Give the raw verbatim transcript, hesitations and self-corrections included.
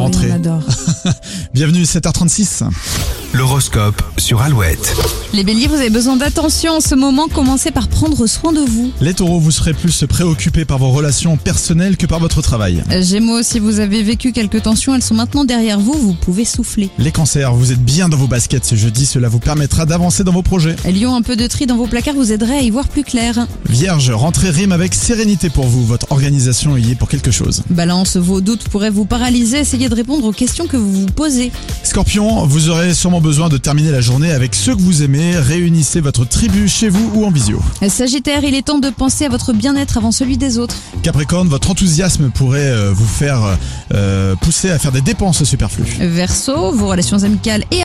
oui, rentrée. on adore. Bienvenue, sept heures trente-six. L'horoscope sur Alouette. Les béliers, vous avez besoin d'attention en ce moment, commencez par prendre soin de vous. Les taureaux, vous serez plus préoccupés par vos relations personnelles que par votre travail. Gémeaux, si vous avez vécu quelques tensions, elles sont maintenant derrière vous, vous pouvez souffler. Les cancers, vous êtes bien dans vos baskets ce jeudi, cela vous permettra d'avancer dans vos projets. Lion, un peu de tri dans vos placards vous aiderait à y voir plus clair. Vierge, rentrée rime avec sérénité pour vous, votre organisation y est pour quelque chose. Balance, vos doutes pourraient vous paralyser, essayez de répondre aux questions que vous vous posez. Scorpion, vous aurez sûrement besoin de terminer la journée avec ceux que vous aimez, réunissez votre tribu chez vous ou en visio. Sagittaire, il est temps de penser à votre bien-être avant celui des autres. Capricorne, votre enthousiasme pourrait euh, vous faire euh, pousser à faire des dépenses superflues. Verseau, vos relations amicales et